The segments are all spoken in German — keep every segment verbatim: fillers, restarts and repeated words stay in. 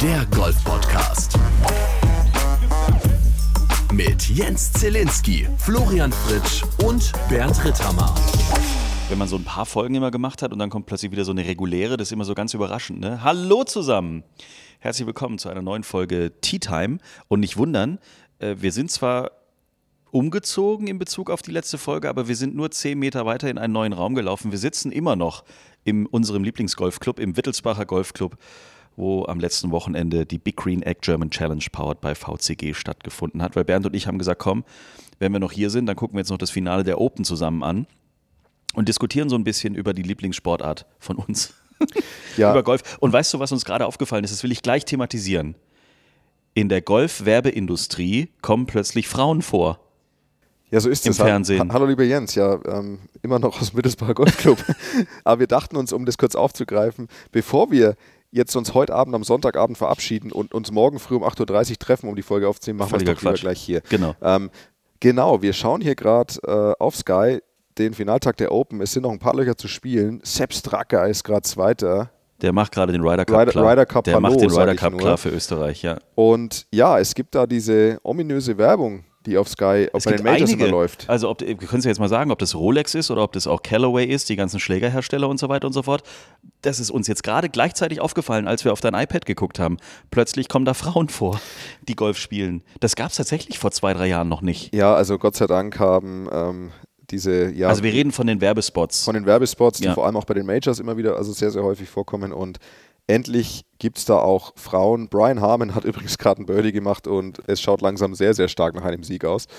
der Golf-Podcast. Mit Jens Zielinski, Florian Fritsch und Bernd Ritthammer. Wenn man so ein paar Folgen immer gemacht hat und dann kommt plötzlich wieder so eine reguläre, das ist immer so ganz überraschend, ne? Hallo zusammen! Herzlich willkommen zu einer neuen Folge Tea Time. Und nicht wundern, wir sind zwar umgezogen in Bezug auf die letzte Folge, aber wir sind nur zehn Meter weiter in einen neuen Raum gelaufen. Wir sitzen immer noch in unserem Lieblingsgolfclub, im Wittelsbacher Golfclub, wo am letzten Wochenende die Big Green Egg German Challenge powered by V C G stattgefunden hat. Weil Bernd und ich haben gesagt, komm, wenn wir noch hier sind, dann gucken wir jetzt noch das Finale der Open zusammen an und diskutieren so ein bisschen über die Lieblingssportart von uns. Ja. Über Golf. Und weißt du, was uns gerade aufgefallen ist? Das will ich gleich thematisieren. In der Golf-Werbeindustrie kommen plötzlich Frauen vor. Ja, so ist es. Im Fernsehen. Ha- Hallo lieber Jens, ja, ähm, immer noch aus dem Wittelsbacher Golfclub. Aber wir dachten uns, um das kurz aufzugreifen, bevor wir jetzt uns heute Abend am Sonntagabend verabschieden und uns morgen früh um acht Uhr dreißig treffen, um die Folge aufzunehmen, machen wir es doch lieber gleich hier. Genau. Ähm, genau, wir schauen hier gerade äh, auf Sky den Finaltag der Open. Es sind noch ein paar Löcher zu spielen. Sepp Straka ist gerade Zweiter. Der macht gerade den Ryder Cup Ryder, klar. Ryder Cup Der Hallo, macht den Ryder Cup nur. klar für Österreich, ja. Und ja, es gibt da diese ominöse Werbung, die auf Sky Es bei den gibt Majors einige, immer läuft. Also ob, wir können es ja jetzt mal sagen, ob das Rolex ist oder ob das auch Callaway ist, die ganzen Schlägerhersteller und so weiter und so fort. Das ist uns jetzt gerade gleichzeitig aufgefallen, als wir auf dein iPad geguckt haben. Plötzlich kommen da Frauen vor, die Golf spielen. Das gab es tatsächlich vor zwei, drei Jahren noch nicht. Ja, also Gott sei Dank haben ähm, diese, ja. Also wir reden von den Werbespots. Von den Werbespots, die ja. vor allem auch bei den Majors immer wieder, also sehr, sehr häufig vorkommen und endlich gibt es da auch Frauen. Brian Harman hat übrigens gerade ein Birdie gemacht und es schaut langsam sehr, sehr stark nach einem Sieg aus.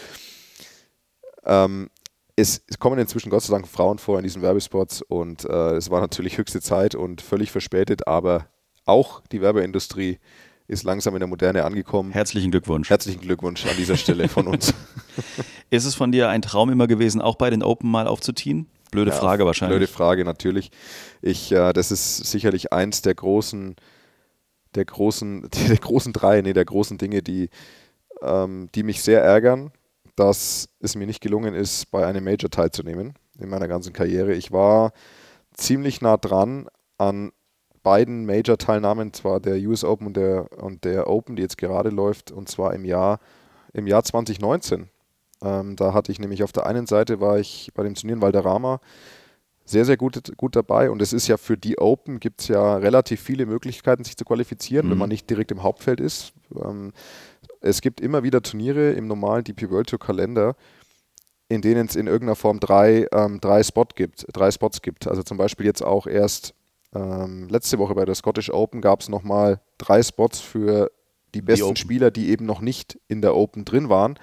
Ähm, es, es kommen inzwischen Gott sei Dank Frauen vor in diesen Werbespots und äh, es war natürlich höchste Zeit und völlig verspätet, aber auch die Werbeindustrie ist langsam in der Moderne angekommen. Herzlichen Glückwunsch. Herzlichen Glückwunsch an dieser Stelle von uns. Ist es von dir ein Traum immer gewesen, auch bei den Open mal aufzuziehen? Blöde ja, Frage wahrscheinlich. Blöde Frage, natürlich. Ich, äh, das ist sicherlich eins der großen, der großen, der großen drei, nee, der großen Dinge, die, ähm, die mich sehr ärgern, dass es mir nicht gelungen ist, bei einem Major teilzunehmen in meiner ganzen Karriere. Ich war ziemlich nah dran an beiden Major-Teilnahmen, zwar der U S Open und der, und der Open, die jetzt gerade läuft, und zwar im Jahr, im Jahr zwanzig neunzehn. Ähm, da hatte ich nämlich auf der einen Seite war ich bei dem Turnier in Valderrama sehr, sehr gut, gut dabei und es ist ja für die Open gibt es ja relativ viele Möglichkeiten, sich zu qualifizieren, mhm. wenn man nicht direkt im Hauptfeld ist. Ähm, es gibt immer wieder Turniere im normalen D P World Tour Kalender, in denen es in irgendeiner Form drei, ähm, drei, Spot gibt, drei Spots gibt. Also zum Beispiel jetzt auch erst ähm, letzte Woche bei der Scottish Open gab es nochmal drei Spots für die besten die Spieler, die eben noch nicht in der Open drin waren.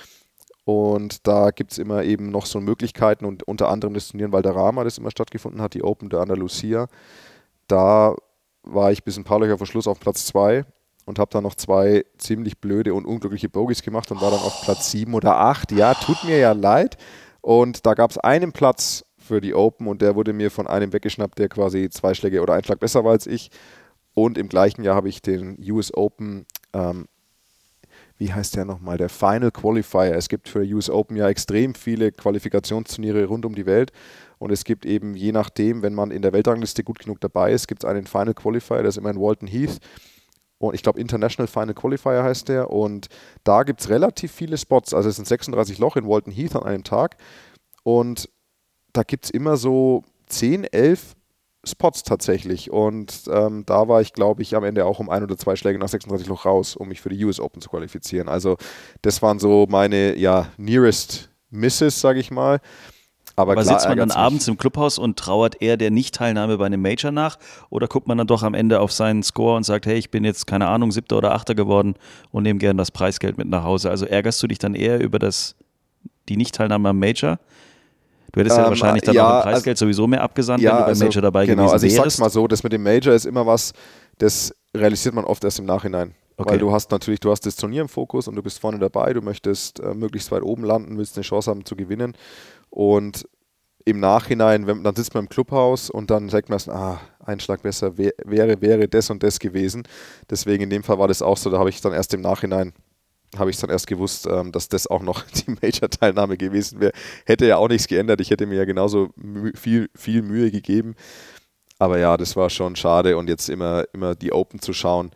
Und da gibt es immer eben noch so Möglichkeiten und unter anderem das Turnier in Valderrama, das immer stattgefunden hat, die Open de Andalucía. Da war ich bis ein paar Löcher vor Schluss auf Platz zwei und habe dann noch zwei ziemlich blöde und unglückliche Bogies gemacht und war dann auf Platz sieben oder acht. Ja, tut mir ja leid. Und da gab es einen Platz für die Open und der wurde mir von einem weggeschnappt, der quasi zwei Schläge oder einen Schlag besser war als ich. Und im gleichen Jahr habe ich den U S Open ähm, wie heißt der nochmal, der Final Qualifier. Es gibt für U S Open ja extrem viele Qualifikationsturniere rund um die Welt und es gibt eben, je nachdem, wenn man in der Weltrangliste gut genug dabei ist, gibt es einen Final Qualifier, der ist immer in Walton Heath und ich glaube International Final Qualifier heißt der und da gibt es relativ viele Spots, also es sind sechsunddreißig Loch in Walton Heath an einem Tag und da gibt es immer so zehn, elf Spots tatsächlich und ähm, da war ich, glaube ich, am Ende auch um ein oder zwei Schläge nach sechsunddreißig Loch raus, um mich für die U S Open zu qualifizieren. Also das waren so meine ja, nearest Misses, sage ich mal. Aber, Aber klar, sitzt man dann mich. abends im Clubhaus und trauert eher der Nicht-Teilnahme bei einem Major nach oder guckt man dann doch am Ende auf seinen Score und sagt, hey, ich bin jetzt, keine Ahnung, Siebter oder Achter geworden und nehme gern das Preisgeld mit nach Hause. Also ärgerst du dich dann eher über das, die Nicht-Teilnahme am Major? Du hättest ja ähm, wahrscheinlich dann ja, auch im Preisgeld also, sowieso mehr abgesandt, ja, wenn du beim also, Major dabei genau, gewesen also ich wärst. sag's mal so, das mit dem Major ist immer was, das realisiert man oft erst im Nachhinein. Okay. Weil du hast natürlich, du hast das Turnier im Fokus und du bist vorne dabei, du möchtest äh, möglichst weit oben landen, willst eine Chance haben zu gewinnen und im Nachhinein, wenn, dann sitzt man im Clubhaus und dann sagt man, ah, ein Schlag besser wär, wäre, wäre das und das gewesen. Deswegen in dem Fall war das auch so, da habe ich dann erst im Nachhinein habe ich dann erst gewusst, ähm, dass das auch noch die Major-Teilnahme gewesen wäre. Hätte ja auch nichts geändert. Ich hätte mir ja genauso mü- viel, viel Mühe gegeben. Aber ja, das war schon schade. Und jetzt immer, immer die Open zu schauen,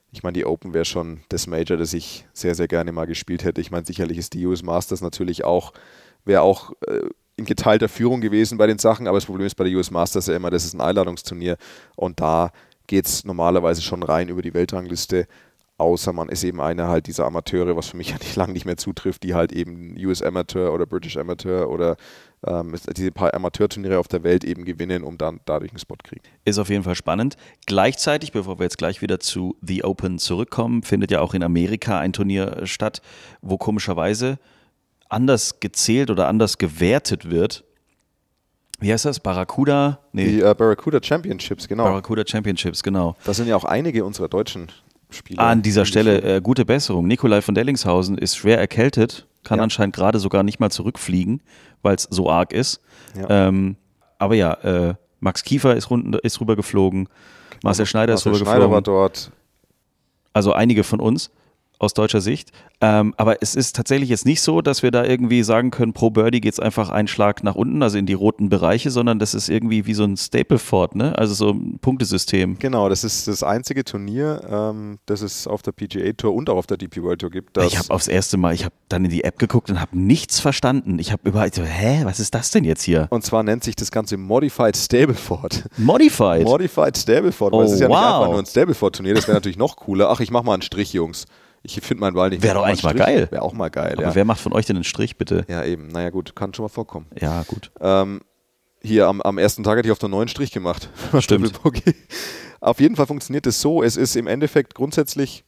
ich meine, die Open wäre schon das Major, das ich sehr, sehr gerne mal gespielt hätte. Ich meine, sicherlich ist die U S Masters natürlich auch, wäre auch äh, in geteilter Führung gewesen bei den Sachen, aber das Problem ist bei der U S Masters ja immer, das ist ein Einladungsturnier und da geht es normalerweise schon rein über die Weltrangliste, außer man ist eben einer halt dieser Amateure, was für mich eigentlich lang nicht mehr zutrifft, die halt eben U S Amateur oder British Amateur oder ähm, diese paar Amateurturniere auf der Welt eben gewinnen, um dann dadurch einen Spot kriegen. Ist auf jeden Fall spannend. Gleichzeitig, bevor wir jetzt gleich wieder zu The Open zurückkommen, findet ja auch in Amerika ein Turnier statt, wo komischerweise anders gezählt oder anders gewertet wird. Wie heißt das? Barracuda? Nee. Die äh, Barracuda Championships, genau. Barracuda Championships, genau. Da sind ja auch einige unserer deutschen Spieler. An dieser Stelle äh, gute Besserung. Nikolai von Dellingshausen ist schwer erkältet, kann ja. anscheinend gerade sogar nicht mal zurückfliegen, weil es so arg ist. Ja. Ähm, aber ja, äh, Max Kiefer ist, rund, ist rübergeflogen, genau. Marcel Schneider Marcel ist rübergeflogen. Schneider war dort. Also einige von uns aus deutscher Sicht. Ähm, aber es ist tatsächlich jetzt nicht so, dass wir da irgendwie sagen können, pro Birdie geht es einfach einen Schlag nach unten, also in die roten Bereiche, sondern das ist irgendwie wie so ein Stapleford, ne? Also so ein Punktesystem. Genau, das ist das einzige Turnier, ähm, das es auf der P G A Tour und auch auf der D P World Tour gibt. Ich habe aufs erste Mal, ich habe dann in die App geguckt und habe nichts verstanden. Ich habe überall so, hä, was ist das denn jetzt hier? Und zwar nennt sich das Ganze Modified Stableford. Modified? Modified Stableford, weil Oh, es ist ja wow. nicht einfach nur ein Stableford-Turnier, das wäre natürlich noch cooler. Ach, ich mach mal einen Strich, Jungs. Ich finde meinen Ball nicht. Wäre doch eigentlich mal geil. Wäre auch mal geil, Aber ja. wer macht von euch denn einen Strich, bitte? Ja, eben. Naja, gut, kann schon mal vorkommen. Ja, gut. Ähm, hier am, am ersten Tag hatte ich auf der neuen Strich gemacht. Stimmt. Auf jeden Fall funktioniert es so. Es ist im Endeffekt grundsätzlich,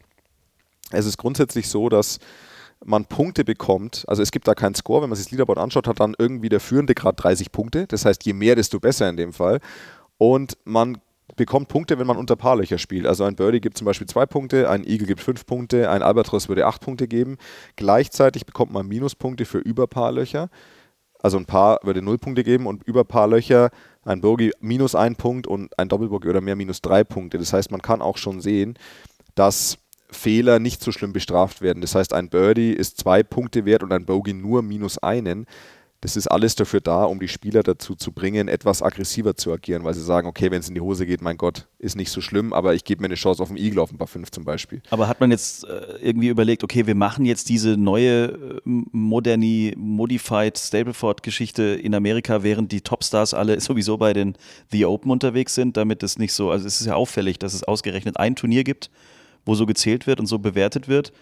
es ist grundsätzlich so, dass man Punkte bekommt. Also es gibt da keinen Score. Wenn man sich das Leaderboard anschaut, hat dann irgendwie der Führende gerade dreißig Punkte. Das heißt, je mehr, desto besser in dem Fall. Und man bekommt Punkte, wenn man unter Paarlöcher spielt. Also ein Birdie gibt zum Beispiel zwei Punkte, ein Eagle gibt fünf Punkte, ein Albatros würde acht Punkte geben. Gleichzeitig bekommt man Minuspunkte für Überpaarlöcher. Also ein Paar würde null Punkte geben und Überpaarlöcher, ein Bogey minus ein Punkt und ein Doppelbogey oder mehr minus drei Punkte. Das heißt, man kann auch schon sehen, dass Fehler nicht so schlimm bestraft werden. Das heißt, ein Birdie ist zwei Punkte wert und ein Bogey nur minus einen. Das ist alles dafür da, um die Spieler dazu zu bringen, etwas aggressiver zu agieren, weil sie sagen, okay, wenn es in die Hose geht, mein Gott, ist nicht so schlimm, aber ich gebe mir eine Chance auf den Eagle auf ein paar fünf zum Beispiel. Aber hat man jetzt äh, irgendwie überlegt, okay, wir machen jetzt diese neue äh, moderni, modified Stableford-Geschichte in Amerika, während die Topstars alle sowieso bei den The Open unterwegs sind, damit es nicht so, also es ist ja auffällig, dass es ausgerechnet ein Turnier gibt, wo so gezählt wird und so bewertet wird.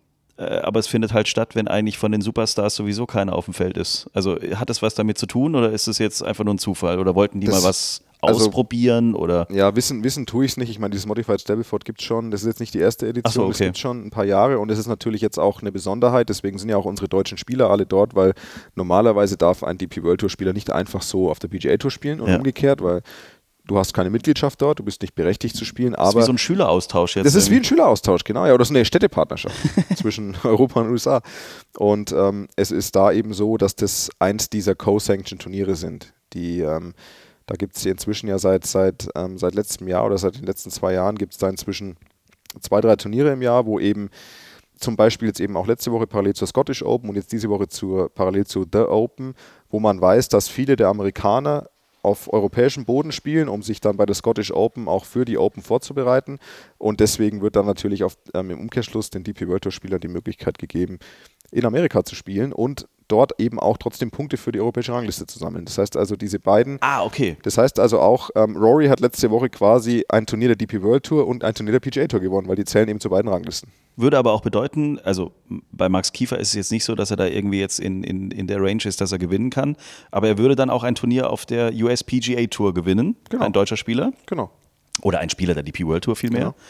Aber es findet halt statt, wenn eigentlich von den Superstars sowieso keiner auf dem Feld ist. Also hat das was damit zu tun oder ist es jetzt einfach nur ein Zufall? Oder wollten die das, mal was also, ausprobieren? Oder? Ja, wissen, wissen tue ich es nicht. Ich meine, dieses Modified Stableford gibt es schon. Das ist jetzt nicht die erste Edition. So, okay. Das gibt es schon ein paar Jahre und es ist natürlich jetzt auch eine Besonderheit. Deswegen sind ja auch unsere deutschen Spieler alle dort, weil normalerweise darf ein D P World Tour Spieler nicht einfach so auf der P G A Tour spielen und ja. umgekehrt, weil du hast keine Mitgliedschaft dort, du bist nicht berechtigt zu spielen. Aber das ist wie so ein Schüleraustausch jetzt. Das ist wie ein Schüleraustausch, genau. Ja, oder so eine Städtepartnerschaft zwischen Europa und U S A. Und ähm, es ist da eben so, dass das eins dieser Co-Sanction-Turniere sind. Die, ähm, da gibt es inzwischen ja seit, seit, ähm, seit letztem Jahr oder seit den letzten zwei Jahren gibt es da inzwischen zwei, drei Turniere im Jahr, wo eben zum Beispiel jetzt eben auch letzte Woche parallel zur Scottish Open und jetzt diese Woche zur, parallel zu The Open, wo man weiß, dass viele der Amerikaner auf europäischem Boden spielen, um sich dann bei der Scottish Open auch für die Open vorzubereiten. Und deswegen wird dann natürlich auf, ähm, im Umkehrschluss den D P World Tour Spielern die Möglichkeit gegeben, in Amerika zu spielen und dort eben auch trotzdem Punkte für die europäische Rangliste zu sammeln. Das heißt also, diese beiden. Ah, okay. Das heißt also auch, ähm, Rory hat letzte Woche quasi ein Turnier der D P World Tour und ein Turnier der P G A Tour gewonnen, weil die zählen eben zu beiden Ranglisten. Würde aber auch bedeuten, also bei Max Kiefer ist es jetzt nicht so, dass er da irgendwie jetzt in, in, in der Range ist, dass er gewinnen kann, aber er würde dann auch ein Turnier auf der U S P G A Tour gewinnen, Genau. Ein deutscher Spieler. Genau. Oder ein Spieler der D P World Tour vielmehr. Genau.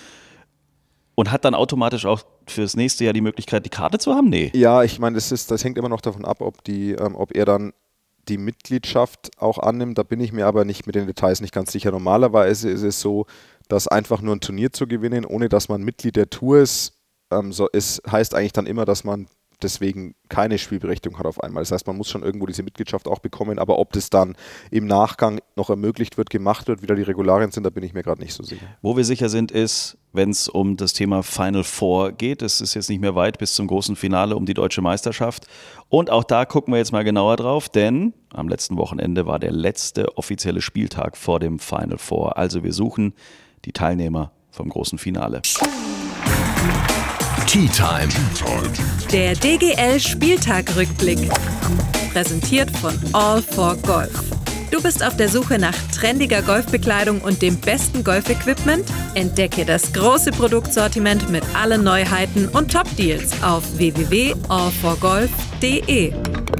Und hat dann automatisch auch fürs nächste Jahr die Möglichkeit, die Karte zu haben? Nee. Ja, ich meine, das, ist, das hängt immer noch davon ab, ob, die, ähm, ob er dann die Mitgliedschaft auch annimmt. Da bin ich mir aber nicht mit den Details nicht ganz sicher. Normalerweise ist es so, dass einfach nur ein Turnier zu gewinnen, ohne dass man Mitglied der Tour ist, ähm, so ist, heißt eigentlich dann immer, dass man deswegen keine Spielberechtigung hat auf einmal. Das heißt, man muss schon irgendwo diese Mitgliedschaft auch bekommen, aber ob das dann im Nachgang noch ermöglicht wird, gemacht wird, wie da die Regularien sind, da bin ich mir gerade nicht so sicher. Wo wir sicher sind, ist, wenn es um das Thema Final Four geht. Es ist jetzt nicht mehr weit bis zum großen Finale um die deutsche Meisterschaft. Und auch da gucken wir jetzt mal genauer drauf, denn am letzten Wochenende war der letzte offizielle Spieltag vor dem Final Four. Also wir suchen die Teilnehmer vom großen Finale. Tea Time. Der D G L-Spieltag-Rückblick. Präsentiert von All for Golf. Du bist auf der Suche nach trendiger Golfbekleidung und dem besten Golfequipment? Entdecke das große Produktsortiment mit allen Neuheiten und Top-Deals auf w w w punkt all for golf punkt d e.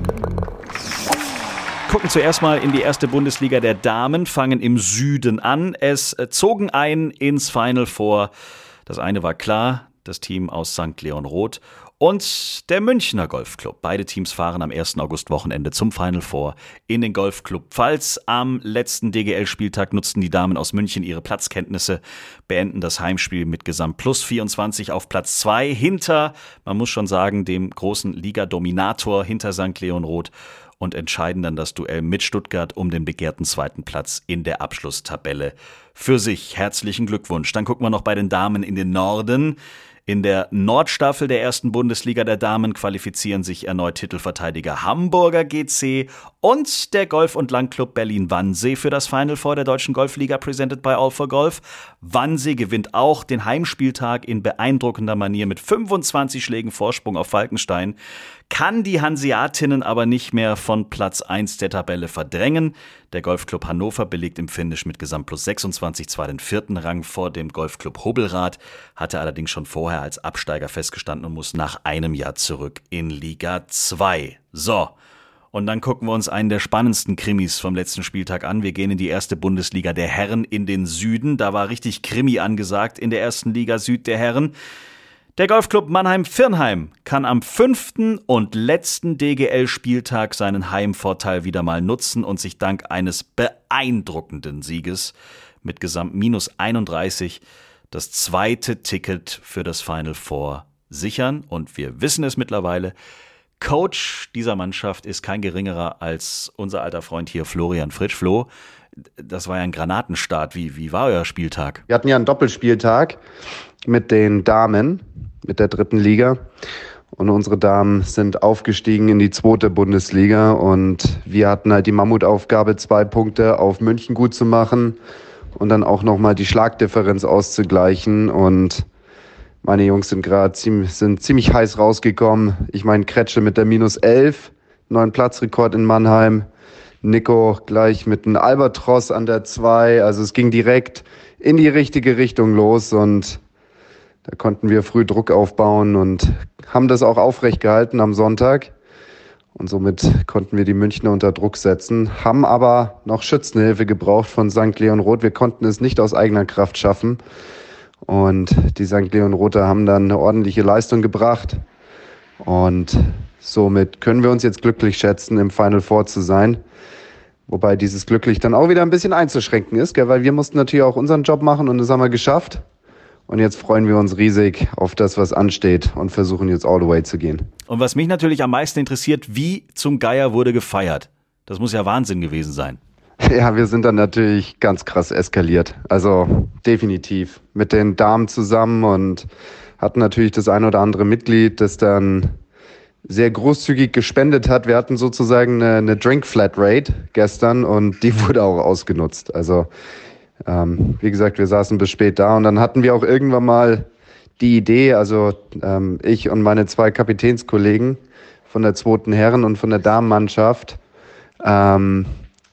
Gucken zuerst mal in die erste Bundesliga der Damen, fangen im Süden an. Es zogen ein ins Final Four. Das eine war klar, das Team aus Sankt Leon Roth und der Münchner Golfclub. Beide Teams fahren am ersten August-Wochenende zum Final Four in den Golfclub Pfalz. Am letzten D G L-Spieltag nutzten die Damen aus München ihre Platzkenntnisse, beenden das Heimspiel mit Gesamt plus vierundzwanzig auf Platz zwei hinter, man muss schon sagen, dem großen Liga-Dominator hinter Sankt Leon Roth und entscheiden dann das Duell mit Stuttgart um den begehrten zweiten Platz in der Abschlusstabelle für sich. Herzlichen Glückwunsch. Dann gucken wir noch bei den Damen in den Norden. In der Nordstaffel der ersten Bundesliga der Damen qualifizieren sich erneut Titelverteidiger Hamburger G C und der Golf- und Landclub Berlin-Wannsee für das Final Four der Deutschen Golfliga, presented by All for Golf. Wannsee gewinnt auch den Heimspieltag in beeindruckender Manier mit fünfundzwanzig Schlägen Vorsprung auf Falkenstein, kann die Hanseatinnen aber nicht mehr von Platz eins der Tabelle verdrängen. Der Golfclub Hannover belegt im Finish mit Gesamt plus sechsundzwanzig zwar den vierten Rang vor dem Golfclub Hobelrath, hatte allerdings schon vorher als Absteiger festgestanden und muss nach einem Jahr zurück in Liga zwei. So, und dann gucken wir uns einen der spannendsten Krimis vom letzten Spieltag an. Wir gehen in die erste Bundesliga der Herren in den Süden. Da war richtig Krimi angesagt in der ersten Liga Süd der Herren. Der Golfclub Mannheim-Virnheim kann am fünften und letzten D G L-Spieltag seinen Heimvorteil wieder mal nutzen und sich dank eines beeindruckenden Sieges mit Gesamt minus einunddreißig das zweite Ticket für das Final Four sichern. Und wir wissen es mittlerweile, Coach dieser Mannschaft ist kein geringerer als unser alter Freund hier, Florian Fritsch. Flo, das war ja ein Granatenstart. Wie, wie war euer Spieltag? Wir hatten ja einen Doppelspieltag mit den Damen, mit der dritten Liga. Und unsere Damen sind aufgestiegen in die zweite Bundesliga. Und wir hatten halt die Mammutaufgabe, zwei Punkte auf München gut zu machen und dann auch nochmal die Schlagdifferenz auszugleichen. Und meine Jungs sind gerade ziemlich, sind ziemlich heiß rausgekommen. Ich meine, Kretsche mit der minus elf, neuen Platzrekord in Mannheim. Nico gleich mit einem Albatros an der zwei. Also es ging direkt in die richtige Richtung los und da konnten wir früh Druck aufbauen und haben das auch aufrecht gehalten am Sonntag. Und somit konnten wir die Münchner unter Druck setzen, haben aber noch Schützenhilfe gebraucht von Sankt Leon Roth. Wir konnten es nicht aus eigener Kraft schaffen. Und die Sankt Leon Rother haben dann eine ordentliche Leistung gebracht. Und somit können wir uns jetzt glücklich schätzen, im Final Four zu sein. Wobei dieses glücklich dann auch wieder ein bisschen einzuschränken ist, gell? Weil wir mussten natürlich auch unseren Job machen und das haben wir geschafft. Und jetzt freuen wir uns riesig auf das, was ansteht und versuchen jetzt all the way zu gehen. Und was mich natürlich am meisten interessiert, wie zum Geier wurde gefeiert? Das muss ja Wahnsinn gewesen sein. Ja, wir sind dann natürlich ganz krass eskaliert. Also definitiv mit den Damen zusammen und hatten natürlich das ein oder andere Mitglied, das dann sehr großzügig gespendet hat. Wir hatten sozusagen eine, eine Drink-Flat-Rate gestern und die wurde auch ausgenutzt. Also ähm, wie gesagt, wir saßen bis spät da und dann hatten wir auch irgendwann mal die Idee, also ähm, ich und meine zwei Kapitänskollegen von der zweiten Herren- und von der Damenmannschaft, ähm,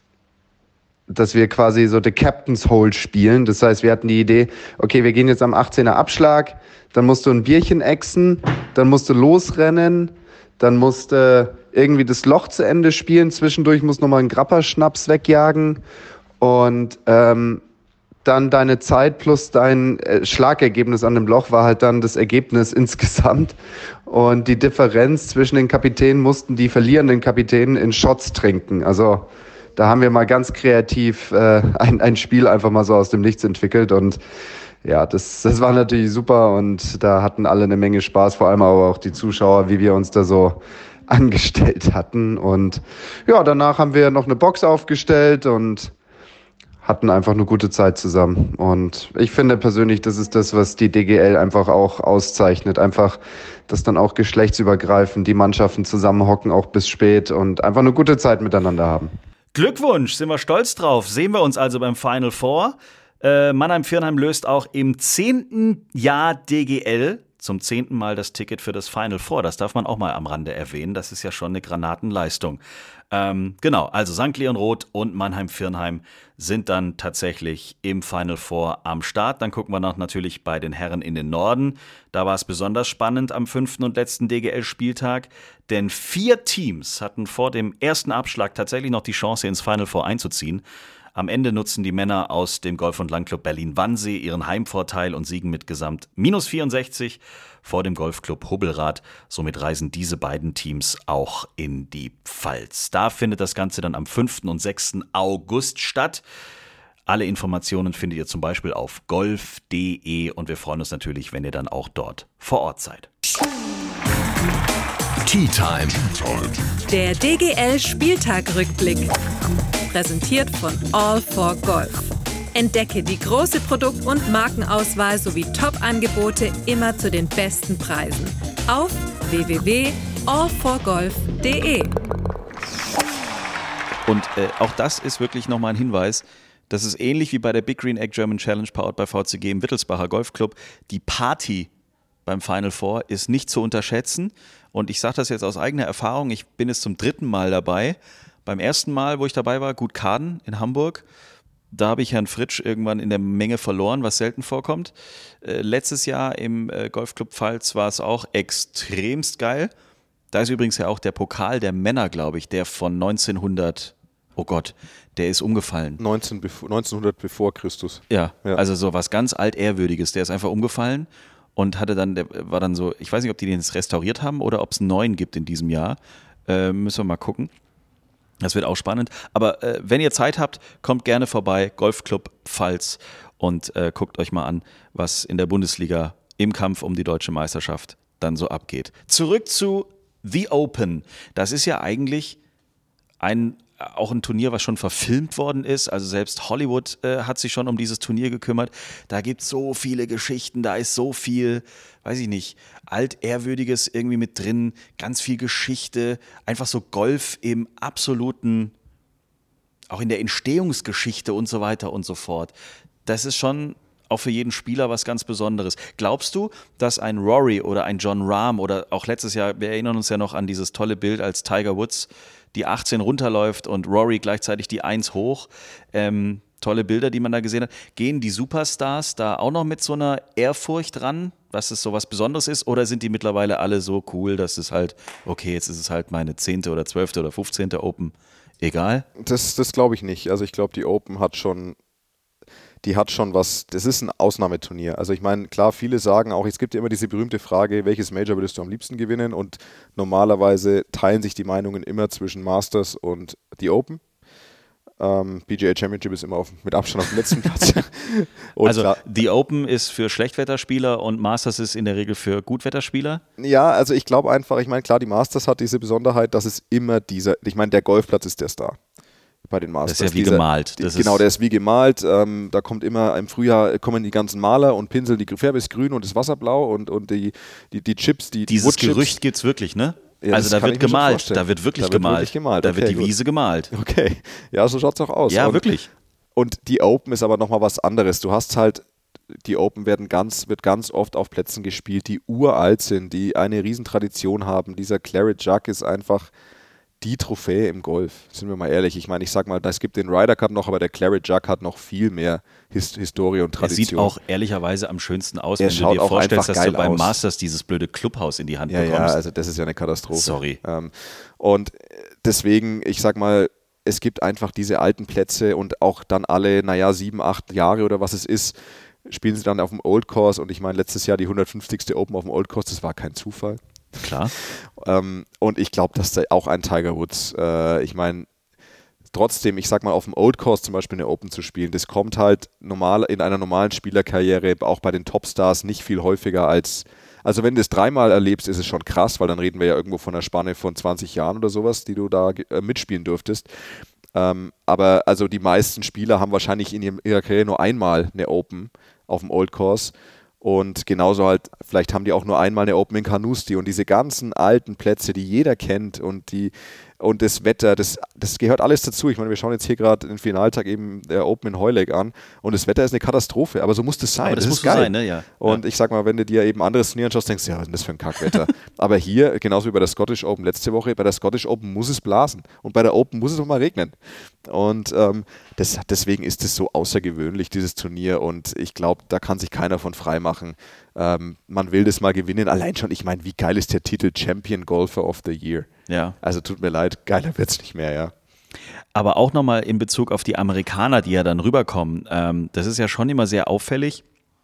dass wir quasi so the Captain's Hole spielen. Das heißt, wir hatten die Idee, okay, wir gehen jetzt am achtzehner Abschlag, dann musst du ein Bierchen exen, dann musst du losrennen, dann musst du irgendwie das Loch zu Ende spielen, zwischendurch musst du nochmal einen Grappa-Schnaps wegjagen und ähm, dann deine Zeit plus dein äh, Schlagergebnis an dem Loch war halt dann das Ergebnis insgesamt. Und die Differenz zwischen den Kapitänen mussten die verlierenden Kapitäne in Shots trinken. Also da haben wir mal ganz kreativ äh, ein, ein Spiel einfach mal so aus dem Nichts entwickelt und ja, das, das war natürlich super und da hatten alle eine Menge Spaß, vor allem aber auch die Zuschauer, wie wir uns da so angestellt hatten. Und ja, danach haben wir noch eine Box aufgestellt und hatten einfach eine gute Zeit zusammen. Und ich finde persönlich, das ist das, was die D G L einfach auch auszeichnet. Einfach, dass dann auch geschlechtsübergreifend die Mannschaften zusammenhocken, auch bis spät und einfach eine gute Zeit miteinander haben. Glückwunsch, sind wir stolz drauf. Sehen wir uns also beim Final Four. Äh, Mannheim-Virnheim löst auch im zehnten Jahr D G L zum zehnten Mal das Ticket für das Final Four. Das darf man auch mal am Rande erwähnen. Das ist ja schon eine Granatenleistung. Ähm, genau, also Sankt Leon Roth und Mannheim-Viernheim sind dann tatsächlich im Final Four am Start. Dann gucken wir noch natürlich bei den Herren in den Norden. Da war es besonders spannend am fünften und letzten D G L-Spieltag, denn vier Teams hatten vor dem ersten Abschlag tatsächlich noch die Chance, ins Final Four einzuziehen. Am Ende nutzen die Männer aus dem Golf- und Landclub Berlin-Wannsee ihren Heimvorteil und siegen mit Gesamt minus vierundsechzig vor dem Golfclub Hubbelrath. Somit reisen diese beiden Teams auch in die Pfalz. Da findet das Ganze dann am fünften und sechsten August statt. Alle Informationen findet ihr zum Beispiel auf golf punkt de und wir freuen uns natürlich, wenn ihr dann auch dort vor Ort seid. Tea Time. Der D G L-Spieltag-Rückblick. Präsentiert von All for Golf. Entdecke die große Produkt- und Markenauswahl sowie Top-Angebote immer zu den besten Preisen. Auf w w w punkt all for golf punkt de. Und äh, auch das ist wirklich nochmal ein Hinweis, das ist ähnlich wie bei der Big Green Egg German Challenge powered by V C G im Wittelsbacher Golfclub. Die Party beim Final Four ist nicht zu unterschätzen. Und ich sage das jetzt aus eigener Erfahrung, ich bin jetzt zum dritten Mal dabei. Beim ersten Mal, wo ich dabei war, Gutkaden in Hamburg, da habe ich Herrn Fritsch irgendwann in der Menge verloren, was selten vorkommt. Äh, letztes Jahr im äh, Golfclub Pfalz war es auch extremst geil. Da ist übrigens ja auch der Pokal der Männer, glaube ich, der von neunzehnhundert, oh Gott, der ist umgefallen. neunzehn, neunzehnhundert bevor Christus. Ja, Ja. also so was ganz Altehrwürdiges, der ist einfach umgefallen und hatte dann, der war dann so, ich weiß nicht, ob die den jetzt restauriert haben oder ob es einen neuen gibt in diesem Jahr. Äh, müssen wir mal gucken. Das wird auch spannend. Aber äh, wenn ihr Zeit habt, kommt gerne vorbei, Golfclub Pfalz, und äh, guckt euch mal an, was in der Bundesliga im Kampf um die deutsche Meisterschaft dann so abgeht. Zurück zu The Open. Das ist ja eigentlich ein, auch ein Turnier, was schon verfilmt worden ist. Also selbst Hollywood äh, hat sich schon um dieses Turnier gekümmert. Da gibt es so viele Geschichten, da ist so viel, weiß ich nicht, Altehrwürdiges irgendwie mit drin, ganz viel Geschichte, einfach so Golf im absoluten, auch in der Entstehungsgeschichte und so weiter und so fort. Das ist schon auch für jeden Spieler was ganz Besonderes. Glaubst du, dass ein Rory oder ein John Rahm oder auch letztes Jahr, wir erinnern uns ja noch an dieses tolle Bild, als Tiger Woods die achtzehn runterläuft und Rory gleichzeitig die eins hoch, ähm, tolle Bilder, die man da gesehen hat. Gehen die Superstars da auch noch mit so einer Ehrfurcht ran, dass es so was Besonderes ist, oder sind die mittlerweile alle so cool, dass es halt, okay, jetzt ist es halt meine zehnte oder zwölfte oder fünfzehnte Open, egal? Das, das glaube ich nicht. Also ich glaube, die Open hat schon, die hat schon was, das ist ein Ausnahmeturnier. Also ich meine, klar, viele sagen auch, es gibt ja immer diese berühmte Frage, welches Major würdest du am liebsten gewinnen? Und normalerweise teilen sich die Meinungen immer zwischen Masters und die Open. Ähm, P G A Championship ist immer auf, mit Abstand auf dem letzten Platz. Und also klar, die Open ist für Schlechtwetterspieler und Masters ist in der Regel für Gutwetterspieler? ja, also ich glaube einfach, ich meine, klar, die Masters hat diese Besonderheit, dass es immer dieser, ich meine, der Golfplatz ist der Star bei den Masters. Das ist ja wie Dieser, gemalt. Die, Das genau, ist der ist wie gemalt. Ähm, da kommt immer im Frühjahr kommen die ganzen Maler und pinseln, die Färbe ist grün und das Wasser blau und, und die, die, die Chips, die Dieses Woodchips. Gerücht gibt es wirklich, ne? Ja, also das da kann wird ich mir schon gemalt, vorstellen. da wird wirklich Da wird gemalt. wirklich gemalt, Da okay, wird die gut. Wiese gemalt. Okay, ja, so schaut es auch aus. Ja, und, wirklich. Und die Open ist aber nochmal was anderes. Du hast halt, die Open werden ganz, wird ganz oft auf Plätzen gespielt, die uralt sind, die eine Riesentradition haben. Dieser Claret Jug ist einfach die Trophäe im Golf, sind wir mal ehrlich. Ich meine, ich sag mal, es gibt den Ryder Cup noch, aber der Claret Jug hat noch viel mehr His- Historie und Er Tradition. sieht auch ehrlicherweise am schönsten aus, Er wenn du schaut dir auch vorstellst, einfach dass du geil beim aus. Masters dieses blöde Clubhaus in die Hand Ja, ja, bekommst. also das ist ja eine Katastrophe. Sorry. Ähm, und deswegen, ich sag mal, es gibt einfach diese alten Plätze und auch dann alle, naja, sieben, acht Jahre oder was es ist, spielen sie dann auf dem Old Course. Und ich meine, letztes Jahr die hundertfünfzigste Open auf dem Old Course, das war kein Zufall. Klar. Ähm, und ich glaube, dass da auch ein Tiger Woods, äh, ich meine, trotzdem, ich sag mal, auf dem Old Course zum Beispiel eine Open zu spielen, das kommt halt normal in einer normalen Spielerkarriere, auch bei den Topstars, nicht viel häufiger als, also wenn du es dreimal erlebst, ist es schon krass, weil dann reden wir ja irgendwo von einer Spanne von zwanzig Jahren oder sowas, die du da äh, mitspielen dürftest. Ähm, aber also die meisten Spieler haben wahrscheinlich in ihrem, ihrer Karriere nur einmal eine Open auf dem Old Course. Und genauso halt, vielleicht haben die auch nur einmal eine Open in Carnoustie und diese ganzen alten Plätze, die jeder kennt und die und das Wetter, das, das gehört alles dazu. Ich meine, wir schauen jetzt hier gerade den Finaltag eben der Open in Hoylake an und das Wetter ist eine Katastrophe, aber so muss das sein. Aber das, das muss ist geil. So sein, ne? Ja. Und ja. ich sag mal, wenn du dir eben anderes Turnier anschaust, denkst du, ja, was ist denn das für ein Kackwetter? Aber hier, genauso wie bei der Scottish Open letzte Woche, bei der Scottish Open muss es blasen und bei der Open muss es auch mal regnen. Und ähm, das, deswegen ist es so außergewöhnlich, dieses Turnier, und ich glaube, da kann sich keiner von frei machen. Ähm, man will das mal gewinnen. Allein schon, ich meine, wie geil ist der Titel Champion Golfer of the Year? Ja. Also tut mir leid, geiler wird es nicht mehr, ja. Aber auch nochmal in Bezug auf die Amerikaner, die ja dann rüberkommen. Ähm, das ist ja schon immer sehr auffällig.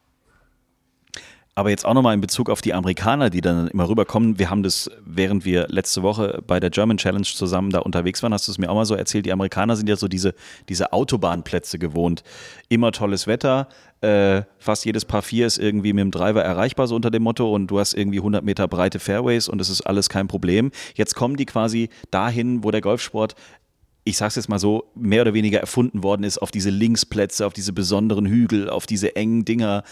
Aber jetzt auch nochmal in Bezug auf die Amerikaner, die dann immer rüberkommen. Wir haben das, während wir letzte Woche bei der German Challenge zusammen da unterwegs waren, hast du es mir auch mal so erzählt, die Amerikaner sind ja so diese, diese Autobahnplätze gewohnt. Immer tolles Wetter, äh, fast jedes Par vier ist irgendwie mit dem Driver erreichbar, so unter dem Motto, und du hast irgendwie hundert Meter breite Fairways und es ist alles kein Problem. Jetzt kommen die quasi dahin, wo der Golfsport, ich sag's jetzt mal so, mehr oder weniger erfunden worden ist, auf diese Linksplätze, auf diese besonderen Hügel, auf diese engen Dinger.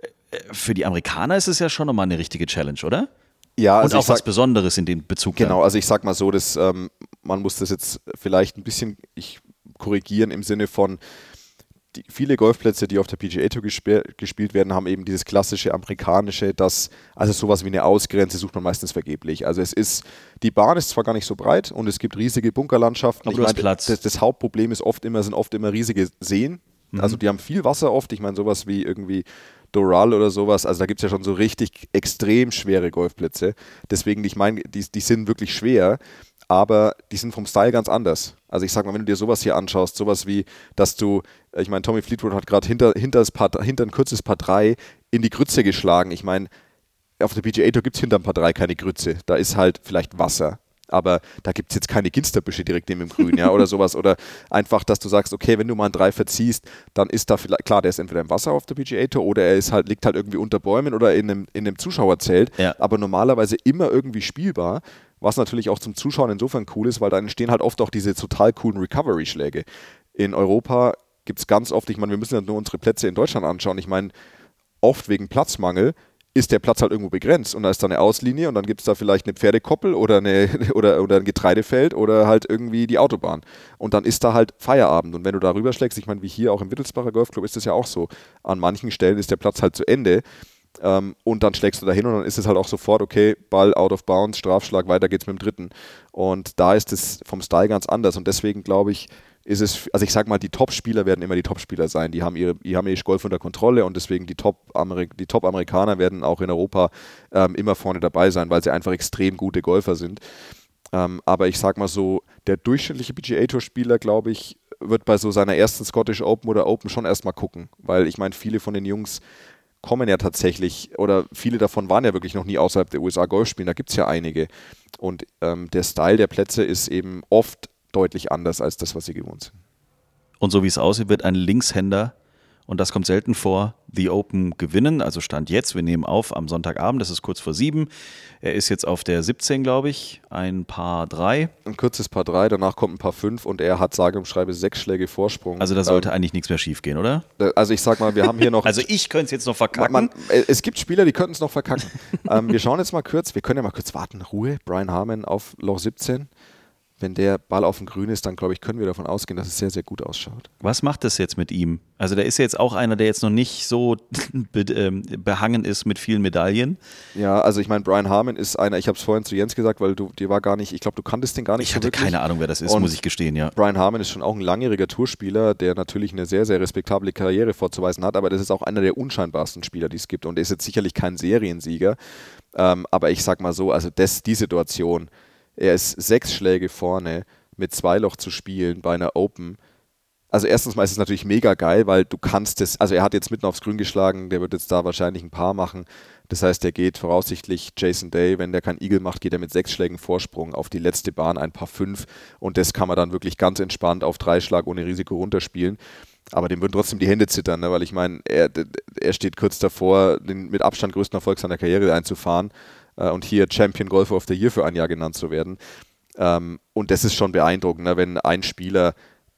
Für die Amerikaner ist es ja schon nochmal eine richtige Challenge, oder? Ja, also und auch ich sag, was Besonderes in dem Bezug. Genau, dann. also ich sag mal so, dass, ähm, man muss das jetzt vielleicht ein bisschen ich, korrigieren im Sinne von, die, viele Golfplätze, die auf der P G A Tour gesp- gespielt werden, haben eben dieses klassische amerikanische, das, also sowas wie eine Ausgrenze sucht man meistens vergeblich. Also es ist, die Bahn ist zwar gar nicht so breit und es gibt riesige Bunkerlandschaften. Aber ich du hast mein, Platz. Das, das Hauptproblem ist oft immer, sind oft immer riesige Seen. Mhm. Also die haben viel Wasser oft. Ich meine, sowas wie irgendwie Doral oder sowas, also da gibt es ja schon so richtig extrem schwere Golfplätze. Deswegen, ich meine, die, die sind wirklich schwer, aber die sind vom Style ganz anders. Also ich sag mal, wenn du dir sowas hier anschaust, sowas wie, dass du, ich meine, Tommy Fleetwood hat gerade hinter, hinter, hinter ein kurzes Par drei in die Grütze geschlagen. Ich meine, auf der P G A Tour gibt es hinter ein Par drei keine Grütze. Da ist halt vielleicht Wasser. Aber da gibt es jetzt keine Ginsterbüsche direkt neben dem Grün, ja, oder sowas. Oder einfach, dass du sagst, okay, wenn du mal einen Drei verziehst, dann ist da vielleicht, klar, der ist entweder im Wasser auf der P G A Tour oder er ist halt, liegt halt irgendwie unter Bäumen oder in einem, in einem Zuschauerzelt, ja. aber normalerweise immer irgendwie spielbar, was natürlich auch zum Zuschauen insofern cool ist, weil da entstehen halt oft auch diese total coolen Recovery-Schläge. In Europa gibt es ganz oft, ich meine, wir müssen ja nur unsere Plätze in Deutschland anschauen, ich meine, oft wegen Platzmangel ist der Platz halt irgendwo begrenzt und da ist da eine Auslinie und dann gibt es da vielleicht eine Pferdekoppel oder, eine, oder, oder ein Getreidefeld oder halt irgendwie die Autobahn. Und dann ist da halt Feierabend und wenn du da rüberschlägst, ich meine, wie hier auch im Wittelsbacher Golfclub ist das ja auch so, an manchen Stellen ist der Platz halt zu Ende ähm, und dann schlägst du da hin und dann ist es halt auch sofort, okay, Ball out of bounds, Strafschlag, weiter geht's mit dem dritten. Und da ist es vom Style ganz anders und deswegen glaube ich, ist es, also ich sag mal, die Top-Spieler werden immer die Top-Spieler sein. Die haben ihre, die haben ihr Golf unter Kontrolle und deswegen die Top-Amerik- die Top-Amerikaner werden auch in Europa ähm, immer vorne dabei sein, weil sie einfach extrem gute Golfer sind. Ähm, aber ich sag mal so, der durchschnittliche P G A Tour-Spieler, glaube ich, wird bei so seiner ersten Scottish Open oder Open schon erstmal gucken, weil ich meine, viele von den Jungs kommen ja tatsächlich, oder viele davon waren ja wirklich noch nie außerhalb der U S A Golf spielen, da gibt es ja einige. Und ähm, der Style der Plätze ist eben oft deutlich anders als das, was sie gewohnt sind. Und so wie es aussieht, wird ein Linkshänder, und das kommt selten vor, The Open gewinnen. Also Stand jetzt, wir nehmen auf am Sonntagabend, das ist kurz vor sieben. Er ist jetzt auf der siebzehn, glaube ich, ein Par drei. Ein kurzes Par drei, danach kommt ein Par fünf und er hat sage und schreibe sechs Schläge Vorsprung. Also da sollte ähm, eigentlich nichts mehr schief gehen, oder? Also ich sag mal, wir haben hier noch... Also ich könnte es jetzt noch verkacken. Man, man, es gibt Spieler, die könnten es noch verkacken. ähm, wir schauen jetzt mal kurz, wir können ja mal kurz warten, Ruhe, Brian Harman auf Loch siebzehn. Wenn der Ball auf dem Grün ist, dann glaube ich, können wir davon ausgehen, dass es sehr, sehr gut ausschaut. Was macht das jetzt mit ihm? Also der ist ja jetzt auch einer, der jetzt noch nicht so be- ähm, behangen ist mit vielen Medaillen. Ja, also ich meine, Brian Harman ist einer, ich habe es vorhin zu Jens gesagt, weil du, dir war gar nicht, ich glaube, du kanntest den gar nicht Ich so hatte wirklich. keine Ahnung, wer das ist, Und muss ich gestehen, ja. Brian Harman ist schon auch ein langjähriger Tourspieler, der natürlich eine sehr, sehr respektable Karriere vorzuweisen hat, aber das ist auch einer der unscheinbarsten Spieler, die es gibt. Und er ist jetzt sicherlich kein Seriensieger, ähm, aber ich sag mal so, also das, die Situation, er ist sechs Schläge vorne, mit zwei Loch zu spielen bei einer Open. Also erstens mal ist es natürlich mega geil, weil du kannst es, also er hat jetzt mitten aufs Grün geschlagen, der wird jetzt da wahrscheinlich ein Paar machen. Das heißt, der geht voraussichtlich Jason Day, wenn der kein Eagle macht, geht er mit sechs Schlägen Vorsprung auf die letzte Bahn, ein Par fünf, und das kann man dann wirklich ganz entspannt auf drei Schlag ohne Risiko runterspielen. Aber dem würden trotzdem die Hände zittern, ne? Weil ich meine, er, er steht kurz davor, den mit Abstand größten Erfolg seiner Karriere einzufahren äh, und hier Champion Golfer of the Year für ein Jahr genannt zu werden. Ähm, und das ist schon beeindruckend, ne? Wenn ein Spieler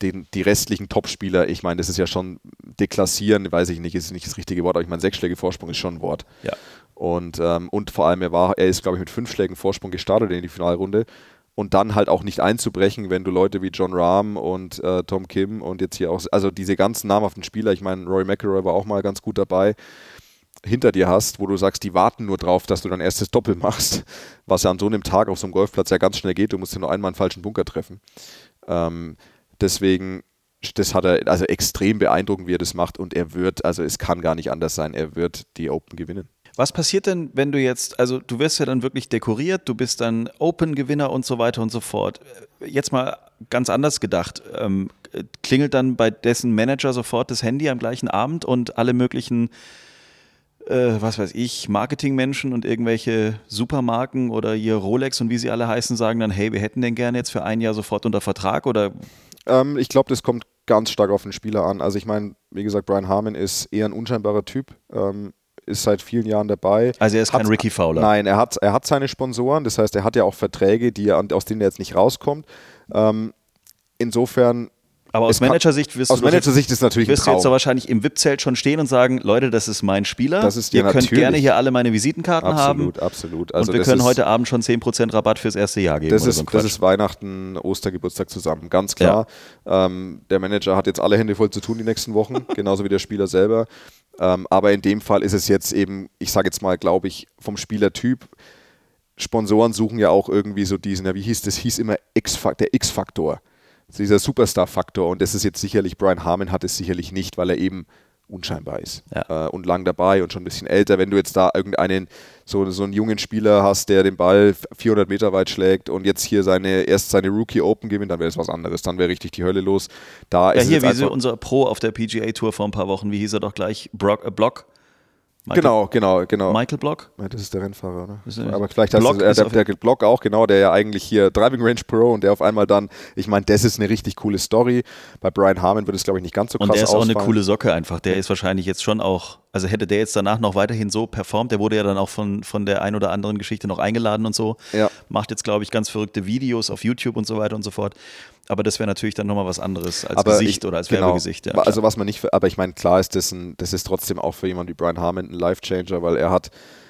den, die restlichen Topspieler, ich meine, das ist ja schon deklassieren, weiß ich nicht, ist nicht das richtige Wort, aber ich meine, sechs Schläge Vorsprung ist schon ein Wort. Ja. Und, ähm, und vor allem, er war, er ist, glaube ich, mit fünf Schlägen Vorsprung gestartet in die Finalrunde und dann halt auch nicht einzubrechen, wenn du Leute wie Jon Rahm und äh, Tom Kim und jetzt hier auch, also diese ganzen namhaften Spieler, ich meine, Rory McIlroy war auch mal ganz gut dabei, hinter dir hast, wo du sagst, die warten nur drauf, dass du dein erstes Doppel machst, was ja an so einem Tag auf so einem Golfplatz ja ganz schnell geht, du musst ja nur einmal einen falschen Bunker treffen. Ähm, Deswegen, das hat er also extrem beeindruckend, wie er das macht und er wird, also es kann gar nicht anders sein, er wird die Open gewinnen. Was passiert denn, wenn du jetzt, also du wirst ja dann wirklich dekoriert, du bist dann Open-Gewinner und so weiter und so fort. Jetzt mal ganz anders gedacht, ähm, klingelt dann bei dessen Manager sofort das Handy am gleichen Abend und alle möglichen äh, was weiß ich, Marketingmenschen und irgendwelche Supermarken oder hier Rolex und wie sie alle heißen, sagen dann, hey, wir hätten den gerne jetzt für ein Jahr sofort unter Vertrag oder? Ähm, ich glaube, das kommt ganz stark auf den Spieler an. Also ich meine, wie gesagt, Brian Harman ist eher ein unscheinbarer Typ, ähm, ist seit vielen Jahren dabei. Also er ist hat, kein Ricky Fowler. Nein, er hat, er hat seine Sponsoren, das heißt, er hat ja auch Verträge, die er, aus denen er jetzt nicht rauskommt. Ähm, insofern Aber aus Managersicht wirst aus du Managersicht ist natürlich wirst ein du Traum. jetzt so wahrscheinlich im V I P-Zelt schon stehen und sagen, Leute, das ist mein Spieler. Das ist, Ihr ja, könnt natürlich. gerne hier alle meine Visitenkarten absolut, haben. Absolut, also und wir können heute Abend schon zehn Prozent Rabatt fürs erste Jahr geben. Das, oder ist, so das ist Weihnachten, Ostergeburtstag zusammen, ganz klar. Ja. Ähm, der Manager hat jetzt alle Hände voll zu tun die nächsten Wochen, genauso wie der Spieler selber. Ähm, aber in dem Fall ist es jetzt eben, ich sage jetzt mal, glaube ich, vom Spielertyp, Sponsoren suchen ja auch irgendwie so diesen, ja, wie hieß das, hieß immer X-Faktor, der X-Faktor. Dieser Superstar-Faktor und das ist jetzt sicherlich, Brian Harman hat es sicherlich nicht, weil er eben unscheinbar ist ja. äh, und lang dabei und schon ein bisschen älter. Wenn du jetzt da irgendeinen, so, so einen jungen Spieler hast, der den Ball vierhundert Meter weit schlägt und jetzt hier seine erst seine Rookie Open gewinnt, dann wäre das was anderes, dann wäre richtig die Hölle los. Da ja, ist hier, es wie jetzt so einfach, unser Pro auf der P G A Tour vor ein paar Wochen, wie hieß er doch gleich? Brock, äh, Block? Michael, genau, genau, genau. Michael Block? Ja, das ist der Rennfahrer, oder? Ist er- Aber vielleicht heißt Block es, äh, ist der, auf- der Block auch, genau, der ja eigentlich hier Driving Range Pro und der auf einmal dann, ich meine, das ist eine richtig coole Story. Bei Brian Harman wird es, glaube ich, nicht ganz so krass Und der ist auch eine ausfallen. coole Socke einfach. Der ist wahrscheinlich jetzt schon auch, also hätte der jetzt danach noch weiterhin so performt, der wurde ja dann auch von, von der ein oder anderen Geschichte noch eingeladen und so. Ja. Macht jetzt, glaube ich, ganz verrückte Videos auf YouTube und so weiter und so fort. Aber das wäre natürlich dann nochmal was anderes als aber Gesicht ich, oder als genau. Werbegesicht. Ja, also klar. was man nicht, für, aber ich meine, klar ist das ein, das ist trotzdem auch für jemanden wie Brian Harman ein Life-Changer, weil er hat,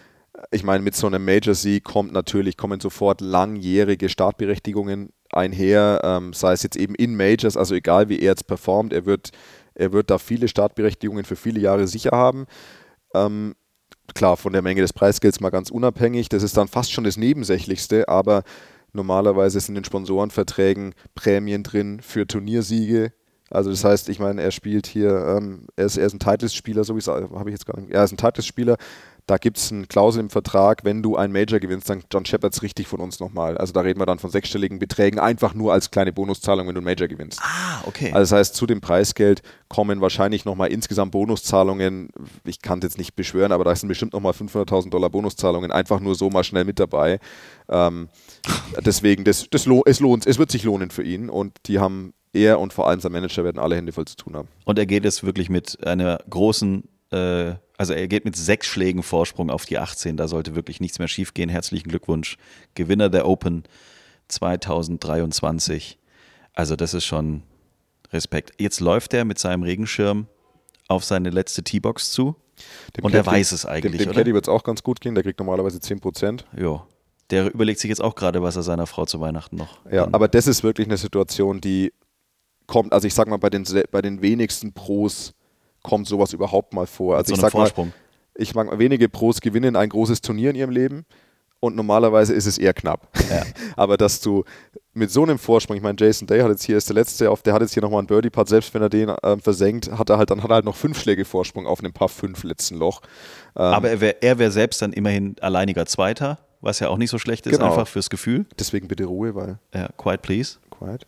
ich meine, mit so einem Major-Sieg kommt natürlich, kommen sofort langjährige Startberechtigungen einher, ähm, sei es jetzt eben in Majors, also egal wie er jetzt performt, er wird, er wird da viele Startberechtigungen für viele Jahre sicher haben. Ähm, klar, von der Menge des Preisgelds mal ganz unabhängig, das ist dann fast schon das Nebensächlichste, aber normalerweise sind in Sponsorenverträgen Prämien drin für Turniersiege. Also das heißt, ich meine, er spielt hier, ähm, er, ist, er ist ein Titles-Spieler, so wie es habe ich jetzt gar nicht. Er ist ein Titles-Spieler. Da gibt es eine Klausel im Vertrag, wenn du ein Major gewinnst, dann John Shepard's richtig von uns nochmal. Also da reden wir dann von sechsstelligen Beträgen, einfach nur als kleine Bonuszahlung, wenn du ein Major gewinnst. Ah, okay. Also das heißt, zu dem Preisgeld kommen wahrscheinlich nochmal insgesamt Bonuszahlungen. Ich kann es jetzt nicht beschwören, aber da sind bestimmt nochmal fünfhunderttausend Dollar Bonuszahlungen einfach nur so mal schnell mit dabei. Ähm, deswegen, das, das lo- es lohnt, es wird sich lohnen für ihn und die haben, er und vor allem sein Manager werden alle Hände voll zu tun haben. Und er geht jetzt wirklich mit einer großen, äh, also er geht mit sechs Schlägen Vorsprung auf die achtzehn. Da sollte wirklich nichts mehr schief gehen. Herzlichen Glückwunsch. Gewinner der Open zwanzig dreiundzwanzig. Also das ist schon Respekt. Jetzt läuft er mit seinem Regenschirm auf seine letzte Teebox zu. Dem Und er Caddy- weiß es eigentlich, Dem, dem oder? Caddy wird es auch ganz gut gehen, der kriegt normalerweise zehn Prozent. Ja. Der überlegt sich jetzt auch gerade, was er seiner Frau zu Weihnachten noch. Ja, dann- aber das ist wirklich eine Situation, die kommt, also ich sag mal, bei den, se- bei den wenigsten Pros kommt sowas überhaupt mal vor. Also so ich einem sag mal, Vorsprung. ich mag, wenige Pros gewinnen ein großes Turnier in ihrem Leben und normalerweise ist es eher knapp. Ja. Aber dass du mit so einem Vorsprung, ich meine, Jason Day hat jetzt hier, ist der letzte, auf, der hat jetzt hier nochmal einen Birdie-Putt, selbst wenn er den ähm, versenkt, hat er halt, dann hat er halt noch fünf Schläge Vorsprung auf einem Paar fünf letzten Loch. Ähm, Aber er wäre er wär selbst dann immerhin alleiniger Zweiter, was ja auch nicht so schlecht ist, Genau. einfach fürs Gefühl. deswegen bitte Ruhe, weil Ja, quiet please. quiet.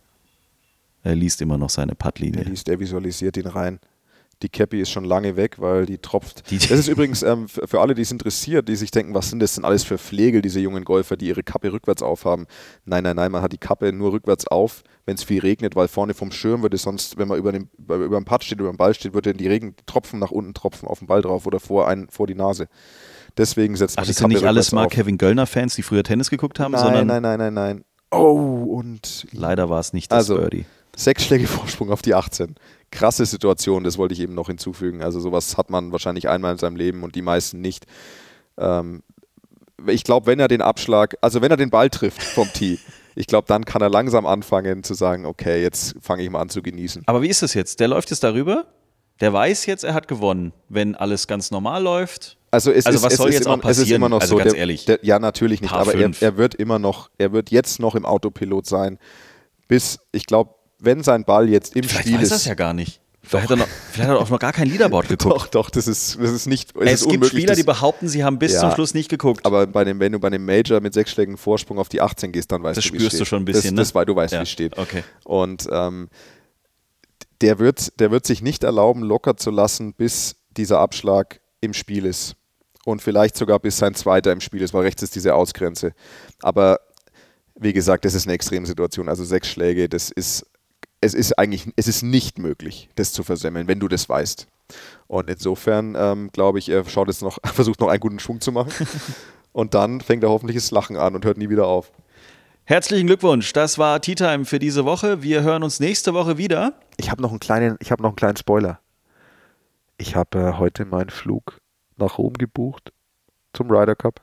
Er liest immer noch seine Der Puttlinie. liest, der visualisiert ihn rein. Die Cappy ist schon lange weg, weil die tropft. Die- das ist übrigens ähm, für für alle, die es interessiert, die sich denken, was sind das denn alles für Flegel, diese jungen Golfer, die ihre Kappe rückwärts aufhaben. Nein, nein, nein, man hat die Kappe nur rückwärts auf, wenn es viel regnet, weil vorne vom Schirm würde sonst, wenn man über dem, über über dem Putt steht, über dem Ball steht, würde die Regentropfen nach unten tropfen auf den Ball drauf oder vor, ein, vor die Nase. Deswegen setzt man Ach, die das sind Kappe nicht alles rückwärts mal auf. Kevin Göllner-Fans, die früher Tennis geguckt haben, Nein, sondern nein, nein, nein, nein. Oh, und leider war es nicht das Also, Birdie. Sechs Schläge Vorsprung auf die achtzehn. Krasse Situation, das wollte ich eben noch hinzufügen. Also sowas hat man wahrscheinlich einmal in seinem Leben und die meisten nicht. Ähm, ich glaube, wenn er den Abschlag, also wenn er den Ball trifft vom Tee, ich glaube, dann kann er langsam anfangen zu sagen, okay, jetzt fange ich mal an zu genießen. Aber wie ist das jetzt? Der läuft jetzt darüber? Der weiß jetzt, er hat gewonnen, wenn alles ganz normal läuft? Also, es also ist, was es soll ist jetzt immer, auch passieren? Es ist immer noch also so, ganz der, ehrlich. Der, ja, natürlich nicht, Paar aber er, fünf. er wird immer noch, er wird jetzt noch im Autopilot sein, bis, ich glaube, wenn sein Ball jetzt im Vielleicht Spiel weiß ist. das ja gar nicht. Vielleicht hat, er noch, vielleicht hat er auch noch gar kein Leaderboard geguckt. Doch, doch, das ist, das ist nicht. Es, Es ist gibt unmöglich, Spieler, das, die behaupten, sie haben bis Ja, zum Schluss nicht geguckt. aber bei dem, wenn du bei einem Major mit sechs Schlägen Vorsprung auf die achtzehn gehst, dann weißt Das du, wie es spürst steht. du schon ein bisschen, das, das, ne? weil du weißt, Ja, wie es steht. okay. Und ähm, der, wird, der wird sich nicht erlauben, locker zu lassen, bis dieser Abschlag im Spiel ist. Und vielleicht sogar bis sein zweiter im Spiel ist, weil rechts ist diese Ausgrenze. Aber wie gesagt, das ist eine Extremsituation. Also sechs Schläge, das ist, es ist eigentlich, es ist nicht möglich, das zu versemmeln, wenn du das weißt. Und insofern ähm, glaube ich, er schaut jetzt noch, versucht noch einen guten Schwung zu machen. Und dann fängt er hoffentlich das Lachen an und hört nie wieder auf. Herzlichen Glückwunsch, das war Tea Time für diese Woche. Wir hören uns nächste Woche wieder. Ich habe noch einen kleinen, ich habe noch einen kleinen Spoiler. Ich habe äh, heute meinen Flug nach Rom gebucht zum Ryder Cup.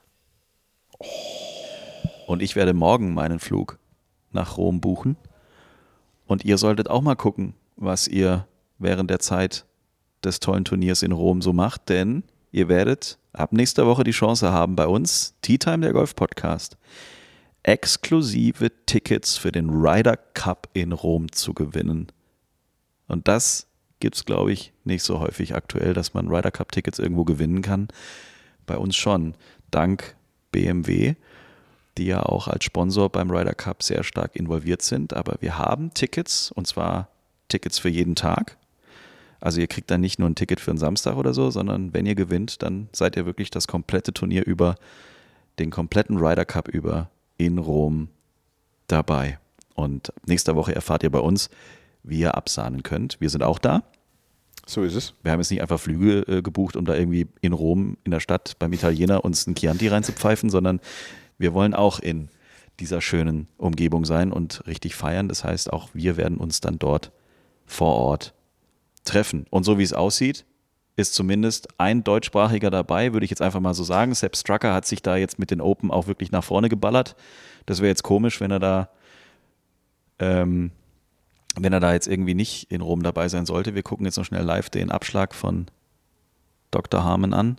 Und ich werde morgen meinen Flug nach Rom buchen. Und ihr solltet auch mal gucken, was ihr während der Zeit des tollen Turniers in Rom so macht, denn ihr werdet ab nächster Woche die Chance haben, bei uns, Tea Time, der Golf-Podcast, exklusive Tickets für den Ryder Cup in Rom zu gewinnen. Und das gibt es, glaube ich, nicht so häufig aktuell, dass man Ryder Cup Tickets irgendwo gewinnen kann. Bei uns schon, dank B M W, die ja auch als Sponsor beim Ryder Cup sehr stark involviert sind. Aber wir haben Tickets, und zwar Tickets für jeden Tag. Also ihr kriegt dann nicht nur ein Ticket für einen Samstag oder so, sondern wenn ihr gewinnt, dann seid ihr wirklich das komplette Turnier über, den kompletten Ryder Cup über in Rom dabei. Und nächste Woche erfahrt ihr bei uns, wie ihr absahnen könnt. Wir sind auch da. So ist es. Wir haben jetzt nicht einfach Flüge äh, gebucht, um da irgendwie in Rom, in der Stadt, beim Italiener uns einen Chianti reinzupfeifen, sondern wir wollen auch in dieser schönen Umgebung sein und richtig feiern. Das heißt, auch wir werden uns dann dort vor Ort treffen. Und so wie es aussieht, ist zumindest ein Deutschsprachiger dabei, würde ich jetzt einfach mal so sagen. Sepp Straka hat sich da jetzt mit den Open auch wirklich nach vorne geballert. Das wäre jetzt komisch, wenn er da ähm, wenn er da jetzt irgendwie nicht in Rom dabei sein sollte. Wir gucken jetzt noch schnell live den Abschlag von Doktor Harmon an.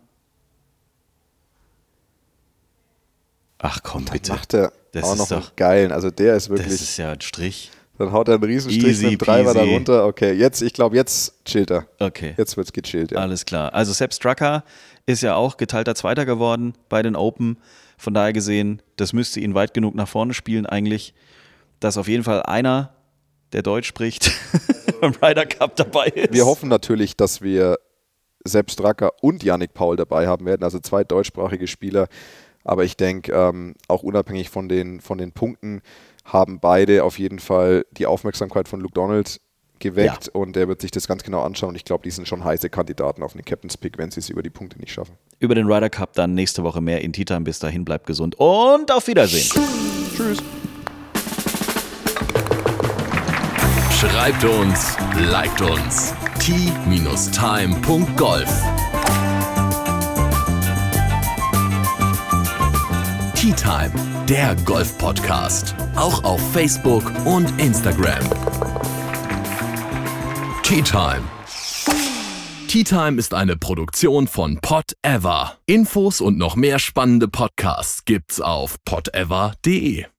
Ach komm, Dann bitte. macht er Das auch ist noch doch- einen geilen. Also der ist wirklich. Das ist ja ein Strich. Dann haut er einen Riesenstrich Easy mit dem Treiber peasy. darunter. Okay, jetzt, ich glaube, jetzt chillt er. Okay. Jetzt wird's gechillt, ja. Alles klar. Also Sepp Straka ist ja auch geteilter Zweiter geworden bei den Open. Von daher gesehen, das müsste ihn weit genug nach vorne spielen eigentlich, dass auf jeden Fall einer, der Deutsch spricht, beim Ryder Cup dabei ist. Wir hoffen natürlich, dass wir Sepp Straka und Yannick Paul dabei haben werden, also zwei deutschsprachige Spieler. Aber ich denke, ähm, auch unabhängig von den, von den Punkten haben beide auf jeden Fall die Aufmerksamkeit von Luke Donald geweckt Ja. und der wird sich das ganz genau anschauen. Und ich glaube, die sind schon heiße Kandidaten auf den Captain's Pick, wenn sie es über die Punkte nicht schaffen. Über den Ryder Cup dann nächste Woche mehr in Tea Time. Bis dahin, bleibt gesund und auf Wiedersehen. Tschüss. Schreibt uns, liked uns. T Time Punkt Golf. Tea Time, der Golf-Podcast. Auch auf Facebook und Instagram. Tea Time. Tea Time ist eine Produktion von Pod Ever. Infos und noch mehr spannende Podcasts gibt's auf pod ever punkt de.